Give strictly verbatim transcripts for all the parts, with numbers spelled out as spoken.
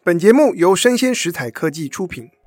本节目由生鲜食材科技出品。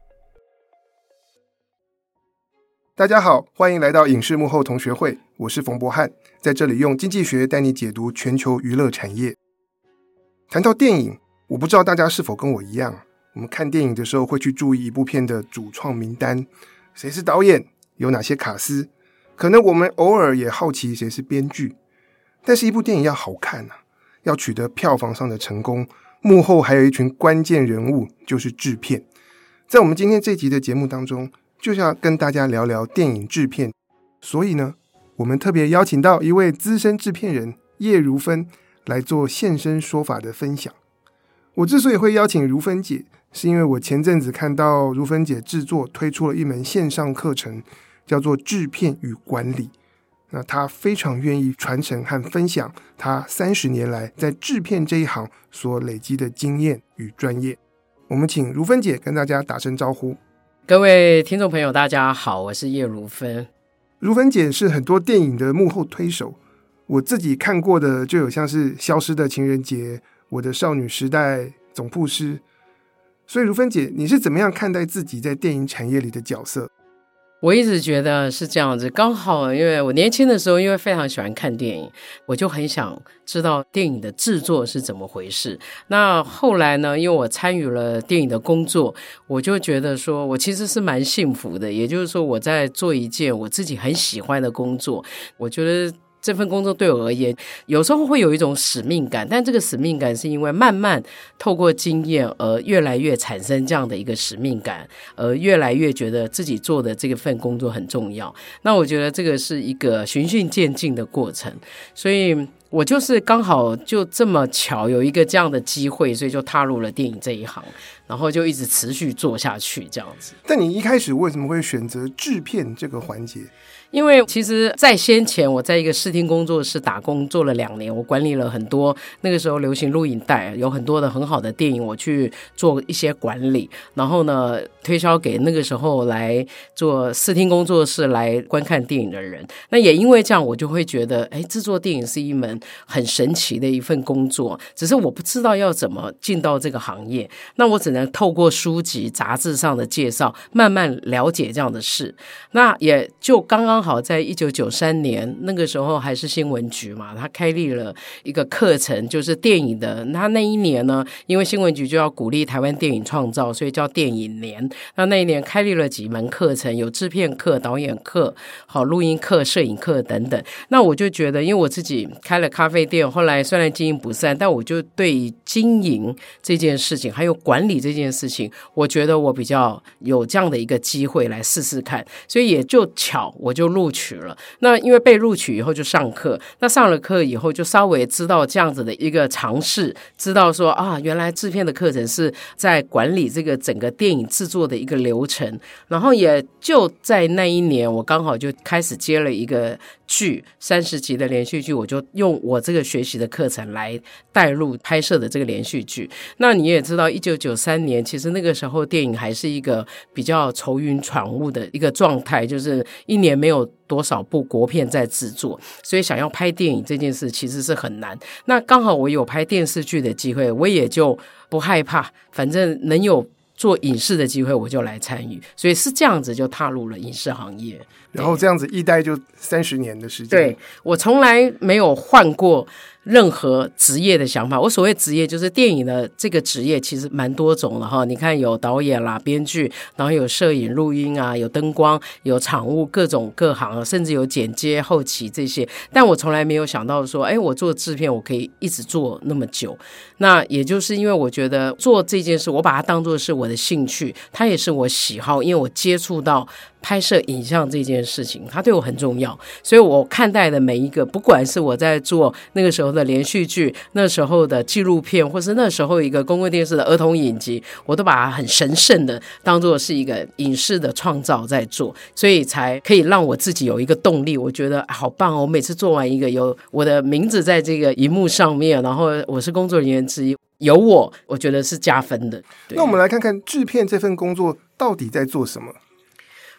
大家好，欢迎来到影视幕后同学会，我是冯博翰，在这里用经济学带你解读全球娱乐产业。谈到电影，我不知道大家是否跟我一样，我们看电影的时候会去注意一部片的主创名单，谁是导演，有哪些卡司，可能我们偶尔也好奇谁是编剧。但是一部电影要好看啊，要取得票房上的成功，幕后还有一群关键人物，就是制片。在我们今天这集的节目当中，就是要跟大家聊聊电影制片。所以呢，我们特别邀请到一位资深制片人叶如芬来做现身说法的分享。我之所以会邀请如芬姐，是因为我前阵子看到如芬姐制作推出了一门线上课程，叫做制片与管理。那她非常愿意传承和分享她三十年来在制片这一行所累积的经验与专业。我们请如芬姐跟大家打声招呼。 各位听众朋友大家好，我是叶如芬。 如芬姐是很多电影的幕后推手，我自己看过的就有像是消失的情人节、我的少女时代、总铺师。所以如芬姐，你是怎么样看待自己在电影产业里的角色？ 我一直觉得是这样子，刚好因为我年轻的时候因为非常喜欢看电影，我就很想知道电影的制作是怎么回事。那后来呢，因为我参与了电影的工作，我就觉得说我其实是蛮幸福的，也就是说我在做一件我自己很喜欢的工作，我觉得这份工作对我而言有时候会有一种使命感，但这个使命感是因为慢慢透过经验而越来越产生这样的一个使命感，而越来越觉得自己做的这份工作很重要。那我觉得这个是一个循序渐进的过程，所以我就是刚好就这么巧有一个这样的机会，所以就踏入了电影这一行，然后就一直持续做下去这样子。 但你一开始为什么会选择制片这个环节？ 因为其实在先前我在一个视听工作室打工做了两年，我管理了很多那个时候流行录影带，有很多的很好的电影我去做一些管理，然后呢推销给那个时候来做视听工作室来观看电影的人。那也因为这样，我就会觉得哎，制作电影是一门很神奇的一份工作，只是我不知道要怎么进到这个行业，那我只能透过书籍杂志上的介绍慢慢了解这样的事。那也就刚刚好在一九九三年那个时候还是新闻局嘛，他开立了一个课程，就是电影的。他那一年呢，因为新闻局就要鼓励台湾电影创造，所以叫电影年。那那一年开立了几门课程，有制片课、导演课、好录音课、摄影课等等。那我就觉得，因为我自己开了咖啡店，后来虽然经营不善，但我就对经营这件事情还有管理这件事情，我觉得我比较有这样的一个机会来试试看，所以也就巧我就录取了。那因为被录取以后就上课，那上了课以后就稍微知道这样子的一个尝试，知道说啊，原来制片的课程是在管理这个整个电影制作的一个流程。然后也就在那一年，我刚好就开始接了一个剧，三十集的连续剧，我就用我这个学习的课程来带入拍摄的这个连续剧。那你也知道一九九三年其实那个时候电影还是一个比较愁云惨雾的一个状态，就是一年没有多少部国片在制作，所以想要拍电影这件事其实是很难。那刚好我有拍电视剧的机会，我也就不害怕，反正能有做影视的机会我就来参与，所以是这样子就踏入了影视行业。 然后这样子一待就三十年的时间。 对，我从来没有换过任何职业的想法。我所谓职业就是电影的这个职业其实蛮多种了哈，你看有导演啦、编剧，然后有摄影录音啊，有灯光，有场务，各种各行，甚至有剪接后期这些。但我从来没有想到说哎，我做制片我可以一直做那么久。那也就是因为我觉得做这件事我把它当作是我的兴趣，它也是我喜好，因为我接触到拍摄影像这件事情它对我很重要，所以我看待的每一个，不管是我在做那个时候的连续剧，那时候的纪录片，或是那时候一个公共电视的儿童影集，我都把它很神圣的当作是一个影视的创造在做，所以才可以让我自己有一个动力。我觉得好棒哦，我每次做完一个有我的名字在这个荧幕上面，然后我是工作人员之一，有我我觉得是加分的。 那我们来看看制片这份工作到底在做什么。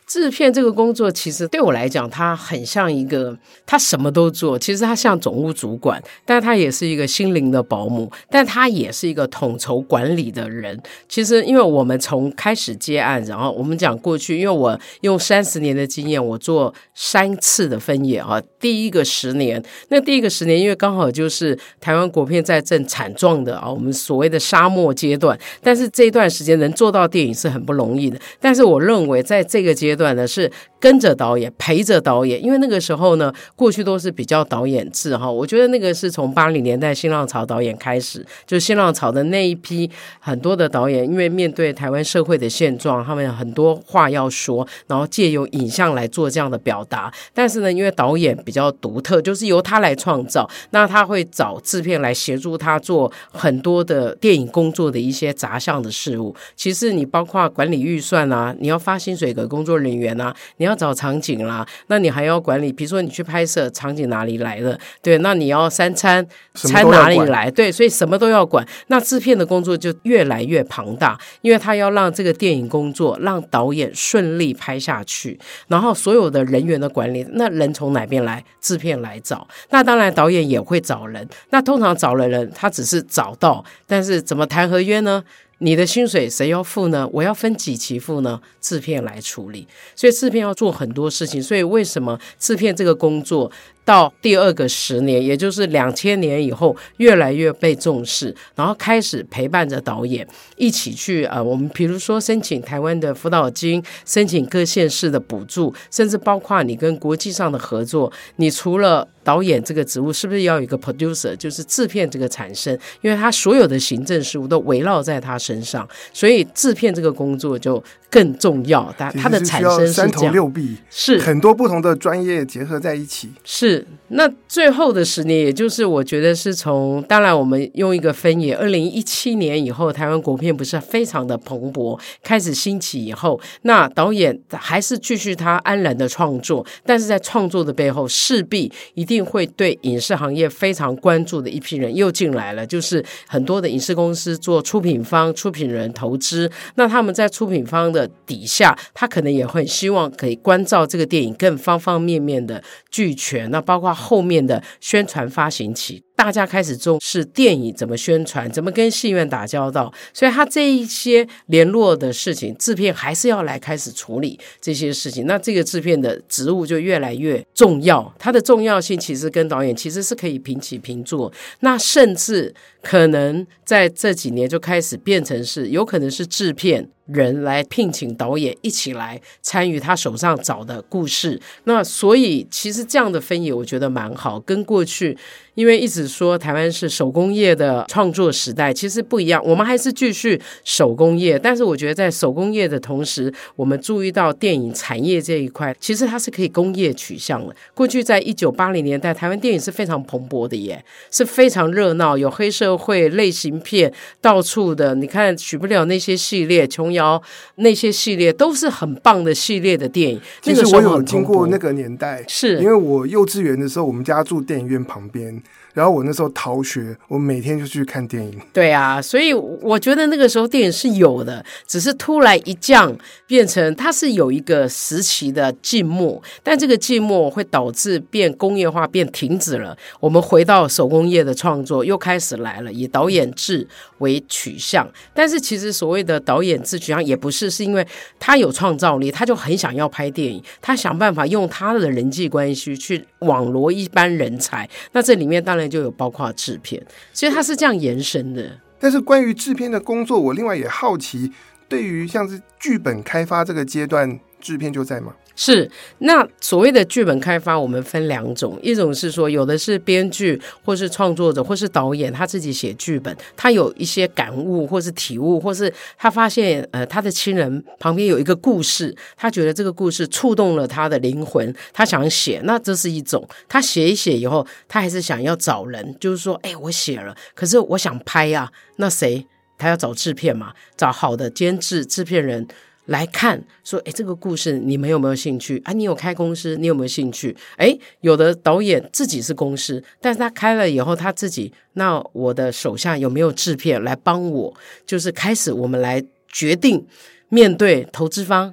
制片这个工作其实对我来讲，它很像一个，他什么都做，其实他像总务主管，但他也是一个心灵的保姆，但他也是一个统筹管理的人。其实因为我们从开始接案，然后我们讲过去，因为我用三十年的经验，我做三次的分野啊。第一个十年，那第一个十年因为刚好就是台湾国片在正惨状的啊，我们所谓的沙漠阶段，但是这一段时间能做到电影是很不容易的。但是我认为在这个阶段呢，是跟着导演陪着导演，因为那个时候呢过去都是比较导演制哈，我觉得那个是从八零年代新浪潮导演开始，就是新浪潮的那一批很多的导演，因为面对台湾社会的现状，他们有很多话要说，然后借由影像来做这样的表达。但是呢因为导演比较独特，就是由他来创造，那他会找制片来协助他做很多的电影工作的一些杂项的事物。其实你包括管理预算啊，你要发薪水给工作人员啊，你要找场景啦，那你还要管理，比如说你去拍摄场景哪里来的，对，那你要三餐餐哪里来，对，所以什么都要管。那制片的工作就越来越庞大，因为他要让这个电影工作让导演顺利拍下去，然后所有的人员的管理，那人从哪边来？制片来找。那当然导演也会找人，那通常找了人他只是找到，但是怎么谈合约呢？你的薪水谁要付呢？我要分几期付呢？制片来处理。所以制片要做很多事情，所以为什么制片这个工作到第二个十年，也就是两千年以后越来越被重视，然后开始陪伴着导演一起去呃，我们比如说申请台湾的辅导金，申请各县市的补助，甚至包括你跟国际上的合作，你除了导演这个职务是不是要有一个 producer， 就是制片这个产生，因为他所有的行政事务都围绕在他身上，所以制片这个工作就更重要，它的产生是这样， 三头六臂， 是很多不同的专业结合在一起。 是，那最后的十年，也就是我觉得是从，当然我们用一个分野，二零一七年以后，台湾国片不是非常的蓬勃，开始兴起以后，那导演还是继续他安然的创作，但是在创作的背后，势必一定会对影视行业非常关注的一批人又进来了，就是很多的影视公司做出品方、出品人投资，那他们在出品方的底下，他可能也很希望可以关照这个电影更方方面面的俱全，那包括后面的宣传发行期，大家开始重视电影怎么宣传，怎么跟戏院打交道，所以他这一些联络的事情，制片还是要来开始处理这些事情，那这个制片的职务就越来越重要，它的重要性其实跟导演其实是可以平起平坐，那甚至可能在这几年就开始变成是有可能是制片人来聘请导演一起来参与他手上找的故事，那所以其实这样的分野我觉得蛮好，跟过去因为一直说台湾是手工业的创作时代，其实不一样，我们还是继续手工业，但是我觉得在手工业的同时，我们注意到电影产业这一块其实它是可以工业取向的。过去在一九八零年代台湾电影是非常蓬勃的耶，是非常热闹，有黑社会类型片到处的，你看许不了那些系列，琼瑶那些系列都是很棒的系列的电影。 其实我有经过那个年代， 是因为我幼稚园的时候我们家住电影院旁边，然后我那时候逃学，我每天就去看电影。 对啊，所以我觉得那个时候电影是有的，只是突然一降变成它是有一个时期的静默，但这个静默会导致变工业化，变停止了，我们回到手工业的创作又开始来了，以导演制为取向。但是其实所谓的导演制取向也不是，是因为他有创造力，他就很想要拍电影，他想办法用他的人际关系去网罗一般人才，那这里面当然就有包括制片，所以它是这样延伸的。 但是关于制片的工作，我另外也好奇，对于像是剧本开发这个阶段，制片就在吗？ 是，那所谓的剧本开发我们分两种，一种是说有的是编剧或是创作者或是导演他自己写剧本，他有一些感悟或是体悟，或是他发现呃他的亲人旁边有一个故事，他觉得这个故事触动了他的灵魂，他想写，那这是一种。他写一写以后他还是想要找人，就是说哎，我写了，可是我想拍啊，那谁？他要找制片嘛，找好的监制制片人来看说，哎，这个故事你们有没有兴趣啊？你有开公司，你有没有兴趣？哎，有的导演自己是公司，但是他开了以后他自己，那我的手下有没有制片来帮我？就是开始我们来决定面对投资方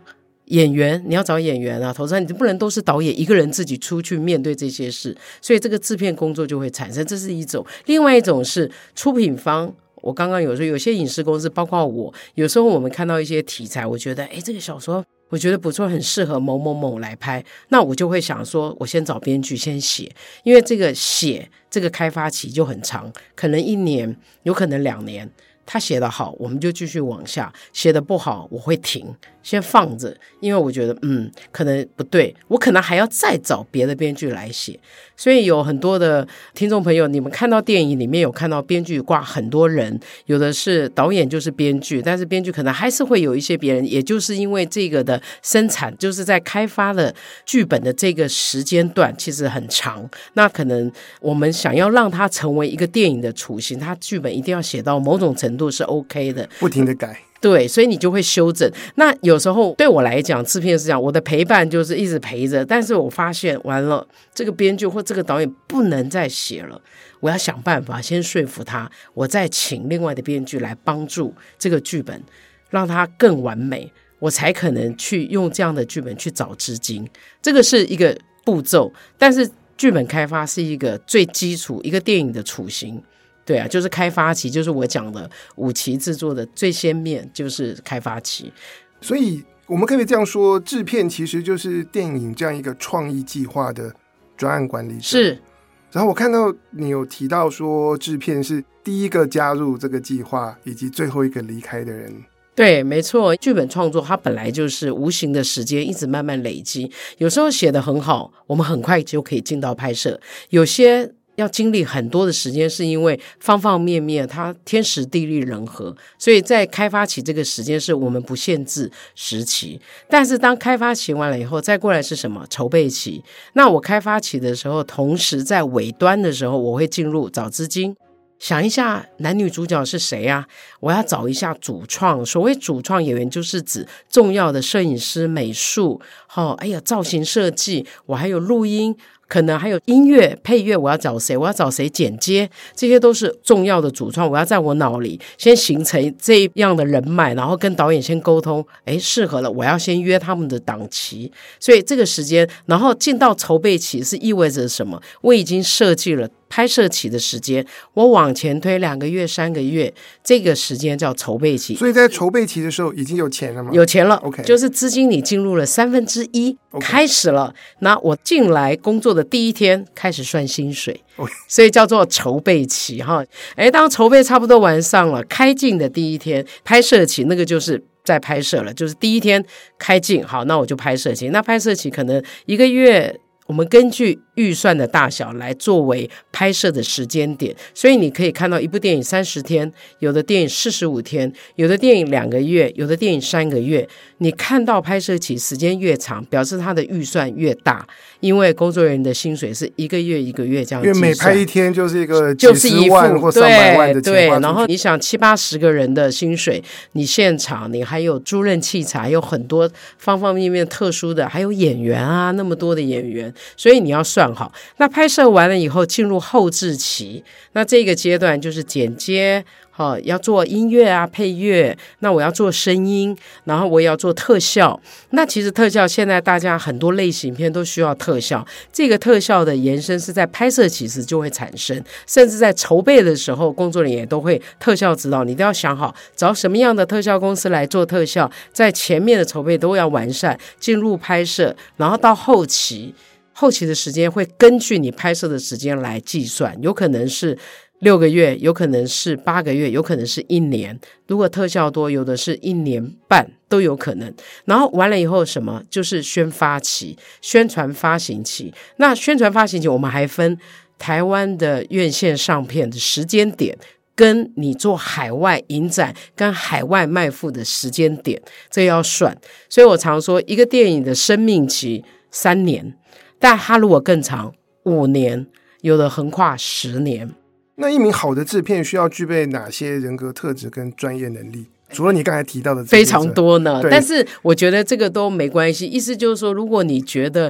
演员你要找演员啊，投资人你不能都是导演一个人自己出去面对这些事，所以这个制片工作就会产生，这是一种。另外一种是出品方，我刚刚有说有些影视公司包括我，有时候我们看到一些题材，我觉得哎，这个小说我觉得不错，很适合某某某来拍，那我就会想说我先找编剧先写，因为这个写这个开发期就很长，可能一年有可能两年，他写得好我们就继续往下，写得不好我会停先放着，因为我觉得嗯可能不对，我可能还要再找别的编剧来写。所以有很多的听众朋友，你们看到电影里面有看到编剧挂很多人，有的是导演就是编剧，但是编剧可能还是会有一些别人，也就是因为这个的生产就是在开发的剧本的这个时间段其实很长，那可能我们想要让它成为一个电影的雏形，它剧本一定要写到某种程度是 OK 的， 不停的改， 对，所以你就会修正。那有时候对我来讲，制片是这样，我的陪伴就是一直陪着，但是我发现完了，这个编剧或这个导演不能再写了，我要想办法先说服他，我再请另外的编剧来帮助这个剧本让它更完美，我才可能去用这样的剧本去找资金，这个是一个步骤。但是剧本开发是一个最基础一个电影的雏形，对啊，就是开发期，就是我讲的五期制作的最先面就是开发期。 所以我们可以这样说，制片其实就是电影这样一个创意计划的专案管理者。 是。 然后我看到你有提到说，制片是第一个加入这个计划以及最后一个离开的人。 对，没错，剧本创作它本来就是无形的时间一直慢慢累积，有时候写得很好，我们很快就可以进到拍摄，有些要经历很多的时间，是因为方方面面它天时地利人和，所以在开发期这个时间是我们不限制时期。但是当开发期完了以后，再过来是什么？筹备期。那我开发期的时候，同时在尾端的时候，我会进入找资金，想一下男女主角是谁啊？我要找一下主创。所谓主创演员就是指重要的摄影师、美术、哦、哎呀造型设计，我还有录音，可能还有音乐配乐，我要找谁，我要找谁剪接，这些都是重要的主创，我要在我脑里先形成这样的人脉，然后跟导演先沟通，诶，适合了，我要先约他们的档期。所以这个时间，然后进到筹备期是意味着什么？我已经设计了拍摄期的时间，我往前推两个月三个月，这个时间叫筹备期。 所以在筹备期的时候已经有钱了吗？ 有钱了、 okay. 就是资金你进入了三分之一，开始了。那我进来工作的第一天开始算薪水， okay. 所以叫做筹备期哈。哎，当筹备差不多完上了，开镜的第一天，拍摄期那个就是在拍摄了，就是第一天开镜，好，那我就拍摄期。那拍摄期可能一个月，我们根据预算的大小来作为拍摄的时间点，所以你可以看到一部电影三十天，有的电影四十五天，有的电影两个月，有的电影三个月。你看到拍摄期时间越长，表示它的预算越大，因为工作人员的薪水是一个月一个月这样计算， 因为每拍一天就是一个几十万或上百万的钱花出去。 对，然后你想七八十个人的薪水，你现场你还有租赁器材，还有很多方方面面特殊的，还有演员啊，那么多的演员，所以你要算好。那拍摄完了以后进入后制期，那这个阶段就是剪接，哦、要做音乐啊配乐，那我要做声音，然后我也要做特效。那其实特效现在大家很多类型片都需要特效，这个特效的延伸是在拍摄期时就会产生，甚至在筹备的时候工作人员也都会特效指导，你都要想好找什么样的特效公司来做特效，在前面的筹备都要完善，进入拍摄，然后到后期后期的时间会根据你拍摄的时间来计算，有可能是六个月，有可能是八个月，有可能是一年，如果特效多有的是一年半都有可能。然后完了以后什么就是宣发期，宣传发行期。那宣传发行期我们还分台湾的院线上片的时间点，跟你做海外影展跟海外卖付的时间点，这要算。所以我常说一个电影的生命期三年，但它如果更长五年，有的横跨十年。 那一名好的制片需要具备哪些人格特质跟专业能力？除了你刚才提到的非常多呢，但是我觉得这个都没关系。意思就是说，如果你觉得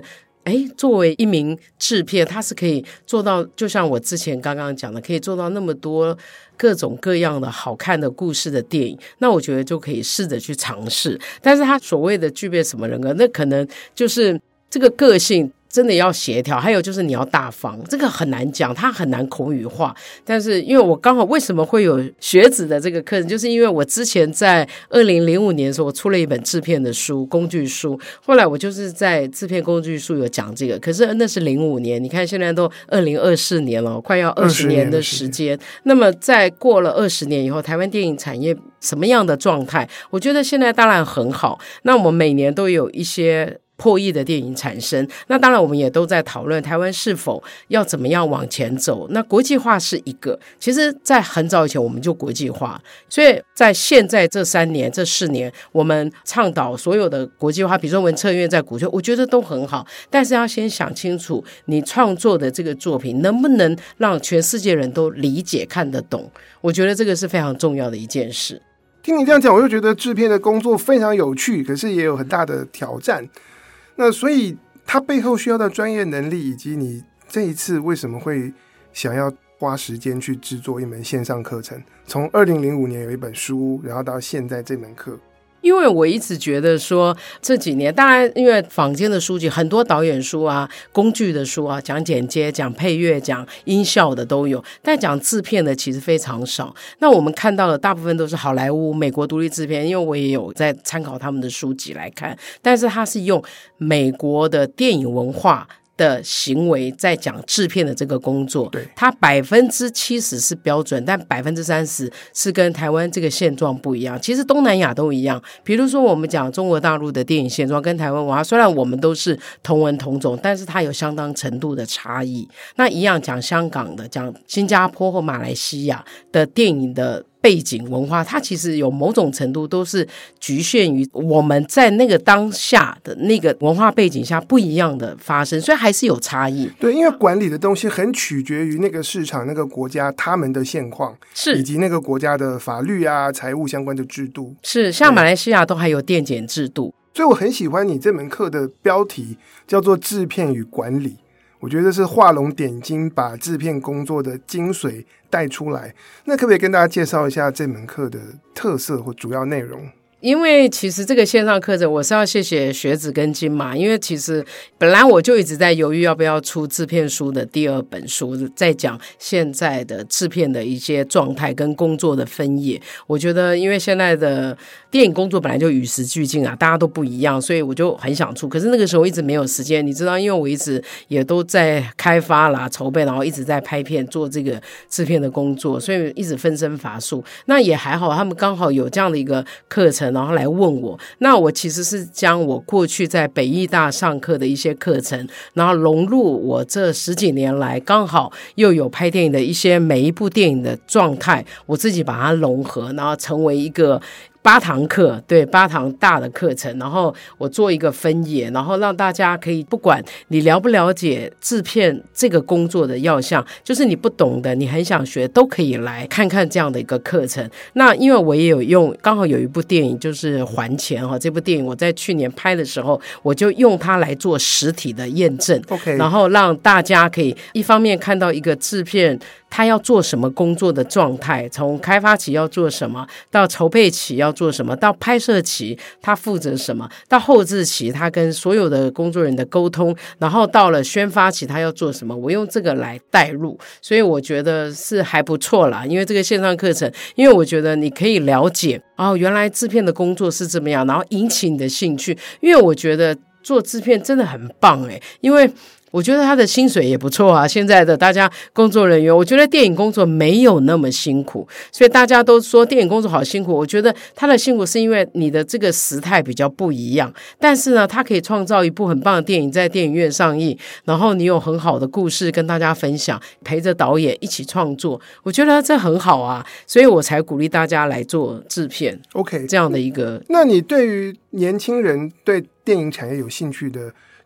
哎，作为一名制片，他是可以做到，就像我之前刚刚讲的，可以做到那么多各种各样的好看的故事的电影，那我觉得就可以试着去尝试。但是他所谓的具备什么人格，那可能就是这个个性真的要协调，还有就是你要大方，这个很难讲，它很难口语化。但是因为我刚好为什么会有学子的这个课程，就是因为我之前在二零零五年的时候，我出了一本制片的书，工具书，后来我就是在制片工具书有讲这个，可是那是零五年，你看现在都二零二四年了，快要二十年的时间。那么在过了二十年以后，台湾电影产业什么样的状态？我觉得现在当然很好。那我们每年都有一些破亿的电影产生，那当然我们也都在讨论台湾是否要怎么样往前走。那国际化是一个，其实在很早以前我们就国际化，所以在现在这三年这四年我们倡导所有的国际化，比如说文策院在鼓吹，我觉得都很好，但是要先想清楚你创作的这个作品能不能让全世界人都理解看得懂，我觉得这个是非常重要的一件事。 听你这样讲，我就觉得制片的工作非常有趣，可是也有很大的挑战。那所以它背后需要的专业能力，以及你这一次为什么会想要花时间去制作一门线上课程，从二零零五年有一本书，然后到现在这门课。 因为我一直觉得说这几年，当然因为坊间的书籍很多，导演书啊、工具的书啊，讲剪接、讲配乐、讲音效的都有，但讲制片的其实非常少。那我们看到的大部分都是好莱坞、美国独立制片，因为我也有在参考他们的书籍来看，但是他是用美国的电影文化的行为在讲制片的这个工作， 对， 它百分之七十是标准，但百分之三十是跟台湾这个现状不一样。其实东南亚都一样，比如说我们讲中国大陆的电影现状跟台湾文化，虽然我们都是同文同种，但是它有相当程度的差异。那一样讲香港的、讲新加坡或马来西亚的电影的背景文化，它其实有某种程度都是局限于我们在那个当下的那个文化背景下不一样的发生，所以还是有差异。 对，因为管理的东西很取决于那个市场、那个国家他们的现况， 是以及那个国家的法律啊、财务相关的制度。 是，像马来西亚都还有电检制度。 所以我很喜欢你这门课的标题叫做制片与管理，我觉得是画龙点睛，把制片工作的精髓带出来。那可不可以跟大家介绍一下这门课的特色或主要内容？ 因为其实这个线上课程我是要谢谢学子跟金马，因为其实本来我就一直在犹豫要不要出制片书的第二本书，在讲现在的制片的一些状态跟工作的分野。我觉得因为现在的电影工作本来就与时俱进啊，大家都不一样，所以我就很想出，可是那个时候一直没有时间，你知道，因为我一直也都在开发啦、筹备，然后一直在拍片做这个制片的工作，所以一直分身乏术。那也还好，他们刚好有这样的一个课程，然后来问我。那我其实是将我过去在北艺大上课的一些课程，然后融入我这十几年来刚好又有拍电影的一些每一部电影的状态，我自己把它融合，然后成为一个八堂课，对，八堂大的课程，然后我做一个分野，然后让大家可以不管你了不了解制片这个工作的要项，就是你不懂的，你很想学，都可以来看看这样的一个课程。那因为我也有用，刚好有一部电影就是还钱哈，这部电影我在去年拍的时候，我就用它来做实体的验证， OK， 然后让大家可以一方面看到一个制片他要做什么工作的状态，从开发期要做什么，到筹备期要做什么，到拍摄期他负责什么，到后制期他跟所有的工作人员的沟通，然后到了宣发期他要做什么，我用这个来带入，所以我觉得是还不错啦。因为这个线上课程，因为我觉得你可以了解哦，原来制片的工作是这么样，然后引起你的兴趣，因为我觉得做制片真的很棒诶，因为我觉得他的薪水也不错啊，现在的大家工作人员，我觉得电影工作没有那么辛苦，所以大家都说电影工作好辛苦，我觉得他的辛苦是因为你的这个时态比较不一样，但是呢他可以创造一部很棒的电影在电影院上映，然后你有很好的故事跟大家分享，陪着导演一起创作，我觉得这很好啊，所以我才鼓励大家来做制片 OK 这样的一个。 那你对于年轻人对电影产业有兴趣的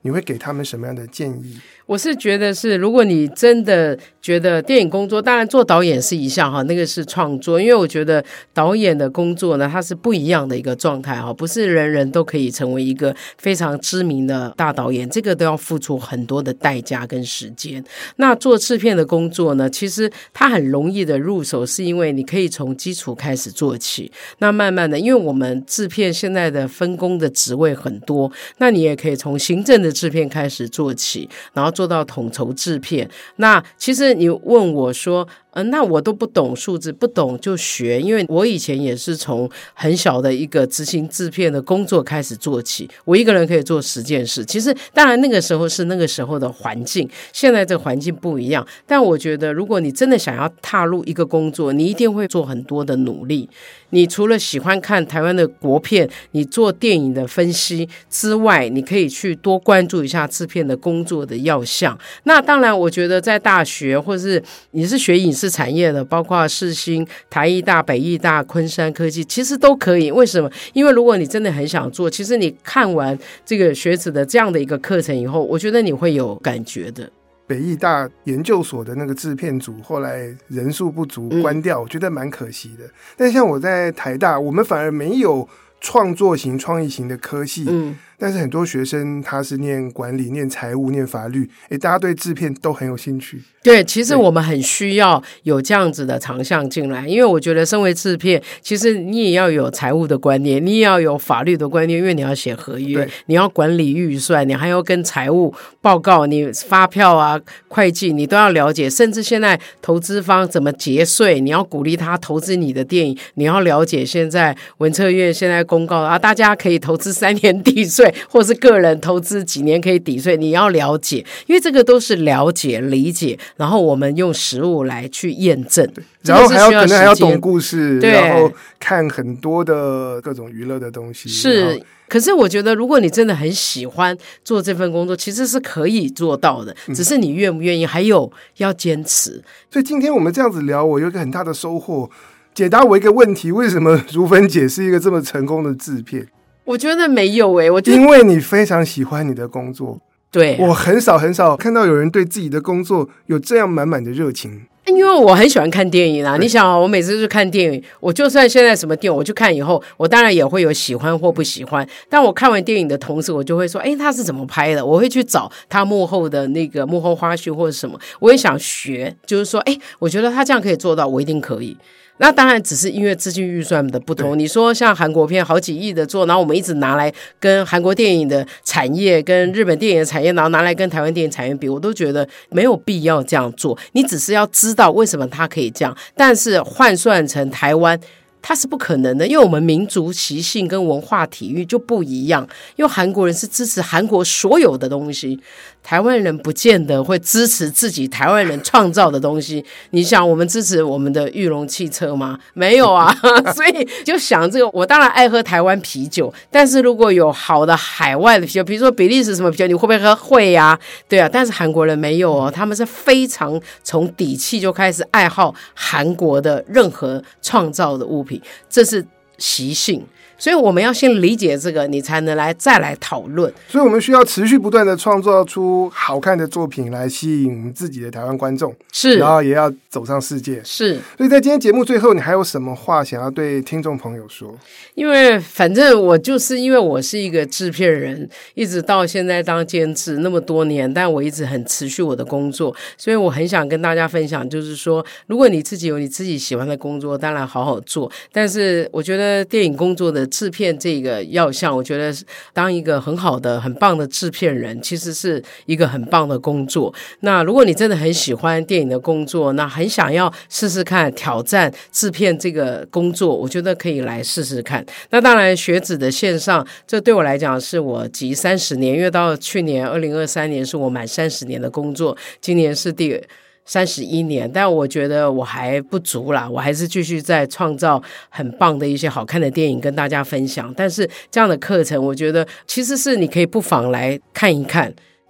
你会给他们什么样的建议？ 我是觉得是，如果你真的觉得电影工作，当然做导演是一项哈，那个是创作，因为我觉得导演的工作呢，它是不一样的一个状态哈，不是人人都可以成为一个非常知名的大导演，这个都要付出很多的代价跟时间。那做制片的工作呢，其实它很容易的入手，是因为你可以从基础开始做起，那慢慢的，因为我们制片现在的分工的职位很多，那你也可以从行政的制片开始做起，然后做到统筹制片。那其实你问我说呃，那我都不懂数字，不懂就学，因为我以前也是从很小的一个执行制片的工作开始做起，我一个人可以做十件事。其实当然那个时候是那个时候的环境，现在这个环境不一样，但我觉得如果你真的想要踏入一个工作，你一定会做很多的努力。你除了喜欢看台湾的国片，你做电影的分析之外，你可以去多关注一下制片的工作的要项。那当然我觉得在大学或是你是学影视产业的，包括世新、台艺大、北艺大、昆山科技，其实都可以。为什么？因为如果你真的很想做，其实你看完这个学子的这样的一个课程以后，我觉得你会有感觉的。 北艺大研究所的那个制片组后来人数不足关掉，嗯、我觉得蛮可惜的。但像我在台大，我们反而没有创作型、创意型的科系，嗯，但是很多学生他是念管理、念财务、念法律，诶，大家对制片都很有兴趣。 对，其实我们很需要有这样子的长项进来，因为我觉得身为制片，其实你也要有财务的观念，你也要有法律的观念，因为你要写合约，你要管理预算，你还要跟财务报告，你发票啊、会计你都要了解，甚至现在投资方怎么节税，你要鼓励他投资你的电影，你要了解现在文策院现在公告啊，大家可以投资三年抵税，或是个人投资几年可以抵税，你要了解，因为这个都是了解、理解。然后我们用实物来去验证， 然后还要可能还要懂故事，然后看很多的各种娱乐的东西。 是，可是我觉得如果你真的很喜欢做这份工作，其实是可以做到的，只是你愿不愿意，还有要坚持。 所以今天我们这样子聊，我有一个很大的收获，解答我一个问题：为什么如芬姐是一个这么成功的制片？ 我觉得没有诶、欸，我觉得因为你非常喜欢你的工作。 对、啊， 我很少很少看到有人对自己的工作有这样满满的热情。 因为我很喜欢看电影啊，你想啊，我每次去看电影，我就算现在什么电影我去看以后，我当然也会有喜欢或不喜欢，但我看完电影的同时，我就会说，哎，他是怎么拍的？我会去找他幕后的那个幕后花絮或者什么，我也想学，就是说，哎，我觉得他这样可以做到，我一定可以。那当然只是因为资金预算的不同，你说像韩国片好几亿的做，然后我们一直拿来跟韩国电影的产业跟日本电影的产业，然后拿来跟台湾电影产业比，我都觉得没有必要这样做。你只是要知道为什么它可以这样，但是换算成台湾它是不可能的，因为我们民族习性跟文化体育就不一样，因为韩国人是支持韩国所有的东西，台湾人不见得会支持自己台湾人创造的东西。你想我们支持我们的裕隆汽车吗？没有啊所以就想这个，我当然爱喝台湾啤酒，但是如果有好的海外的啤酒，比如说比利时什么啤酒，你会不会喝？会啊，对啊，但是韩国人没有哦，他们是非常从底气就开始爱好韩国的任何创造的物品，这是习性，所以我们要先理解这个，你才能来再来讨论。 所以我们需要持续不断的创造出好看的作品来吸引我们自己的台湾观众， 是， 然后也要走上世界。 是， 所以在今天节目最后，你还有什么话想要对听众朋友说？ 因为反正我就是因为我是一个制片人，一直到现在当监制那么多年，但我一直很持续我的工作，所以我很想跟大家分享，就是说如果你自己有你自己喜欢的工作，当然好好做，但是我觉得电影工作的制片这个要项，我觉得当一个很好的很棒的制片人其实是一个很棒的工作。那如果你真的很喜欢电影的工作，那很想要试试看挑战制片这个工作，我觉得可以来试试看。那当然学子的线上，这对我来讲是我集三十年，因为到去年二零二三年是我满三十年的工作，今年是第三十一年，但我觉得我还不足啦，我还是继续在创造很棒的一些好看的电影跟大家分享。但是这样的课程我觉得其实是你可以不妨来看一看，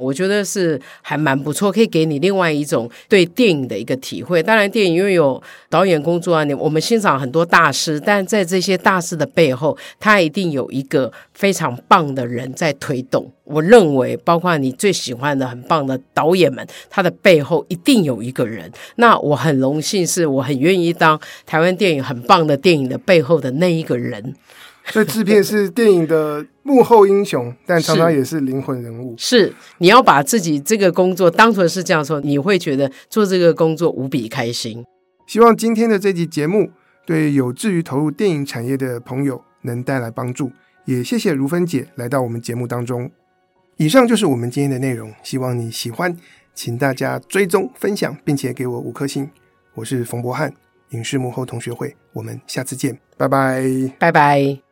我觉得是还蛮不错，可以给你另外一种对电影的一个体会。当然电影因为有导演工作啊，我们欣赏很多大师，但在这些大师的背后，他一定有一个非常棒的人在推动。我认为包括你最喜欢的很棒的导演们，他的背后一定有一个人。那我很荣幸是我很愿意当台湾电影很棒的电影的背后的那一个人。 所以制片是电影的幕后英雄，但常常也是灵魂人物。 是，你要把自己这个工作当成是这样说，你会觉得做这个工作无比开心。 希望今天的这集节目对有志于投入电影产业的朋友能带来帮助，也谢谢如芬姐来到我们节目当中。以上就是我们今天的内容，希望你喜欢，请大家追踪分享并且给我五颗星。我是冯博翰，影视幕后同学会，我们下次见，拜拜， 拜拜。